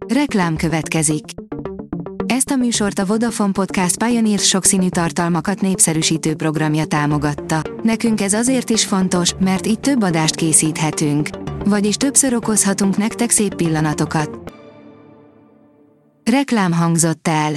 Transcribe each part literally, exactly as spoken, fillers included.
Reklám következik. Ezt a műsort a Vodafone Podcast Pioneer sokszínű tartalmakat népszerűsítő programja támogatta. Nekünk ez azért is fontos, mert így több adást készíthetünk. Vagyis többször okozhatunk nektek szép pillanatokat. Reklám hangzott el.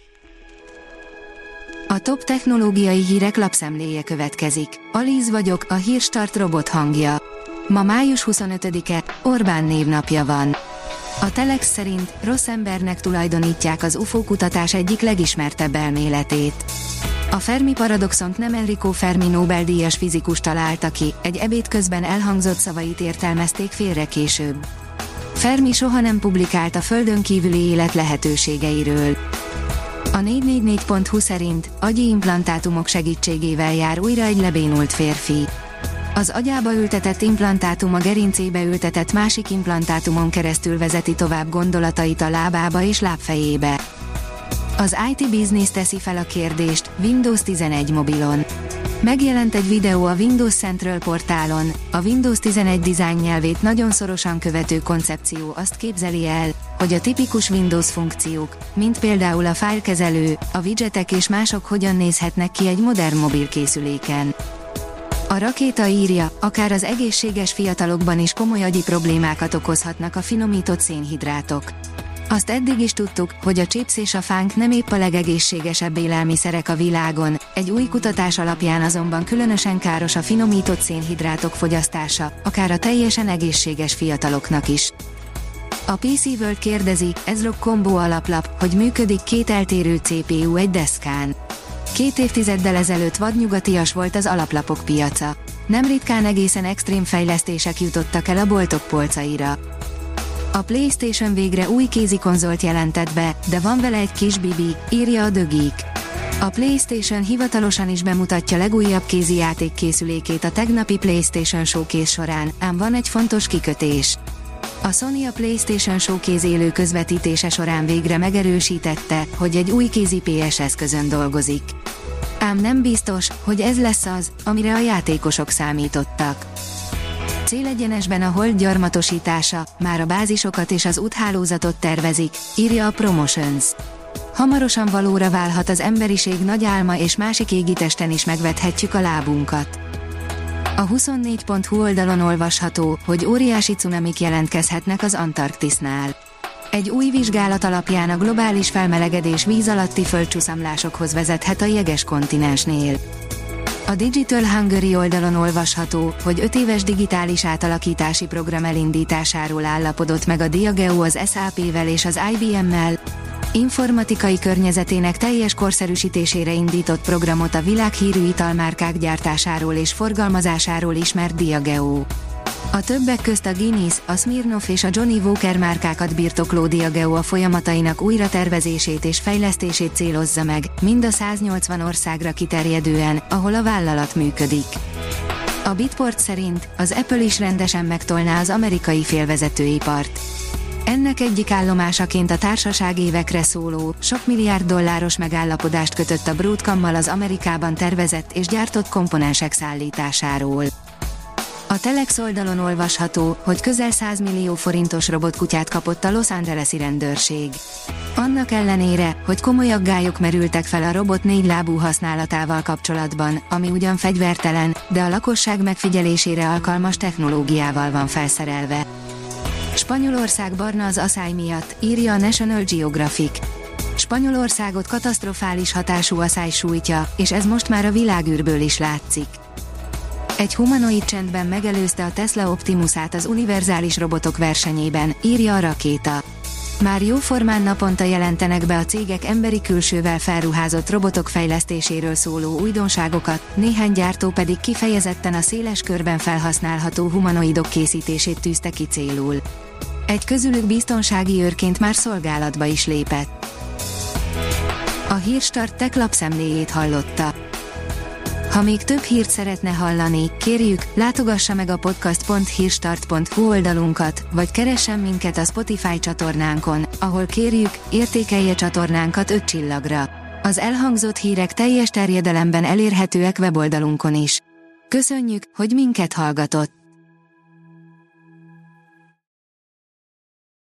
A top technológiai hírek lapszemléje következik. Alíz vagyok, a Hírstart robot hangja. Ma május huszonötödike, Orbán névnapja van. A Telex szerint rossz embernek tulajdonítják az u f o kutatás egyik legismertebb elméletét. A Fermi paradoxont nem Enrico Fermi Nobel-díjas fizikus találta ki, egy ebéd közben elhangzott szavait értelmezték félre később. Fermi soha nem publikált a földön kívüli élet lehetőségeiről. A négy négy négy pont hu szerint agyi implantátumok segítségével jár újra egy lebénult férfi. Az agyába ültetett implantátum a gerincébe ültetett másik implantátumon keresztül vezeti tovább gondolatait a lábába és lábfejébe. Az i té Business teszi fel a kérdést, Windows tizenegy mobilon. Megjelent egy videó a Windows Central portálon, a Windows tizenegy design nyelvét nagyon szorosan követő koncepció azt képzeli el, hogy a tipikus Windows funkciók, mint például a fájlkezelő, a widgetek és mások hogyan nézhetnek ki egy modern mobilkészüléken. A rakéta írja, akár az egészséges fiatalokban is komoly agyi problémákat okozhatnak a finomított szénhidrátok. Azt eddig is tudtuk, hogy a chips és a fánk nem épp a legegészségesebb élelmiszerek a világon, egy új kutatás alapján azonban különösen káros a finomított szénhidrátok fogyasztása, akár a teljesen egészséges fiataloknak is. A pé cé World kérdezi, ez Rock Combo alaplap, hogy működik két eltérő cé pé u egy deszkán. Két évtizeddel ezelőtt vadnyugatias volt az alaplapok piaca. Nem ritkán egészen extrém fejlesztések jutottak el a boltok polcaira. A PlayStation végre új kézikonzolt jelentett be, de van vele egy kis bibi, írja a The Geek. A PlayStation hivatalosan is bemutatja legújabb kézi játékkészülékét a tegnapi PlayStation Showcase során, ám van egy fontos kikötés. A Sony a PlayStation Showcase élő közvetítése során végre megerősítette, hogy egy új kézi pé es eszközön dolgozik. Ám nem biztos, hogy ez lesz az, amire a játékosok számítottak. Célegyenesben a Hold gyarmatosítása, már a bázisokat és az úthálózatot tervezik, írja a Promotions. Hamarosan valóra válhat az emberiség nagy álma és másik égitesten is megvethetjük a lábunkat. A huszonnégy pont hu oldalon olvasható, hogy óriási cunamik jelentkezhetnek az Antarktisznál. Egy új vizsgálat alapján a globális felmelegedés víz alatti földcsúszamlásokhoz vezethet a jeges kontinensnél. A Digital Hungary oldalon olvasható, hogy öt éves digitális átalakítási program elindításáról állapodott meg a Diageo az es á pé-vel és az i bé em-mel. Informatikai környezetének teljes korszerűsítésére indított programot a világhírű italmárkák gyártásáról és forgalmazásáról ismert Diageo. A többek közt a Guinness, a Smirnoff és a Johnny Walker márkákat birtokló Diageo a folyamatainak újratervezését és fejlesztését célozza meg, mind a száznyolcvan országra kiterjedően, ahol a vállalat működik. A Bitport szerint az Apple is rendesen megtolná az amerikai félvezetőipart. Ennek egyik állomásaként a társaság évekre szóló, sok milliárd dolláros megállapodást kötött a Broadcommal az Amerikában tervezett és gyártott komponensek szállításáról. A Telex oldalon olvasható, hogy közel száz millió forintos robotkutyát kapott a Los Angeles-i rendőrség. Annak ellenére, hogy komoly aggályok merültek fel a robot négylábú használatával kapcsolatban, ami ugyan fegyvertelen, de a lakosság megfigyelésére alkalmas technológiával van felszerelve. Spanyolország barna az aszály miatt, írja a National Geographic. Spanyolországot katasztrofális hatású aszály sújtja, és ez most már a világűrből is látszik. Egy humanoid csendben megelőzte a Tesla Optimusát az univerzális robotok versenyében, írja a Rakéta. Már jóformán naponta jelentenek be a cégek emberi külsővel felruházott robotok fejlesztéséről szóló újdonságokat, néhány gyártó pedig kifejezetten a széles körben felhasználható humanoidok készítését tűzte ki célul. Egy közülük biztonsági őrként már szolgálatba is lépett. A Hírstart Tech lapszemléjét hallotta. Ha még több hírt szeretne hallani, kérjük, látogassa meg a podcast pont hírstart pont hu oldalunkat, vagy keressen minket a Spotify csatornánkon, ahol kérjük, értékelje csatornánkat öt csillagra. Az elhangzott hírek teljes terjedelemben elérhetőek weboldalunkon is. Köszönjük, hogy minket hallgatott!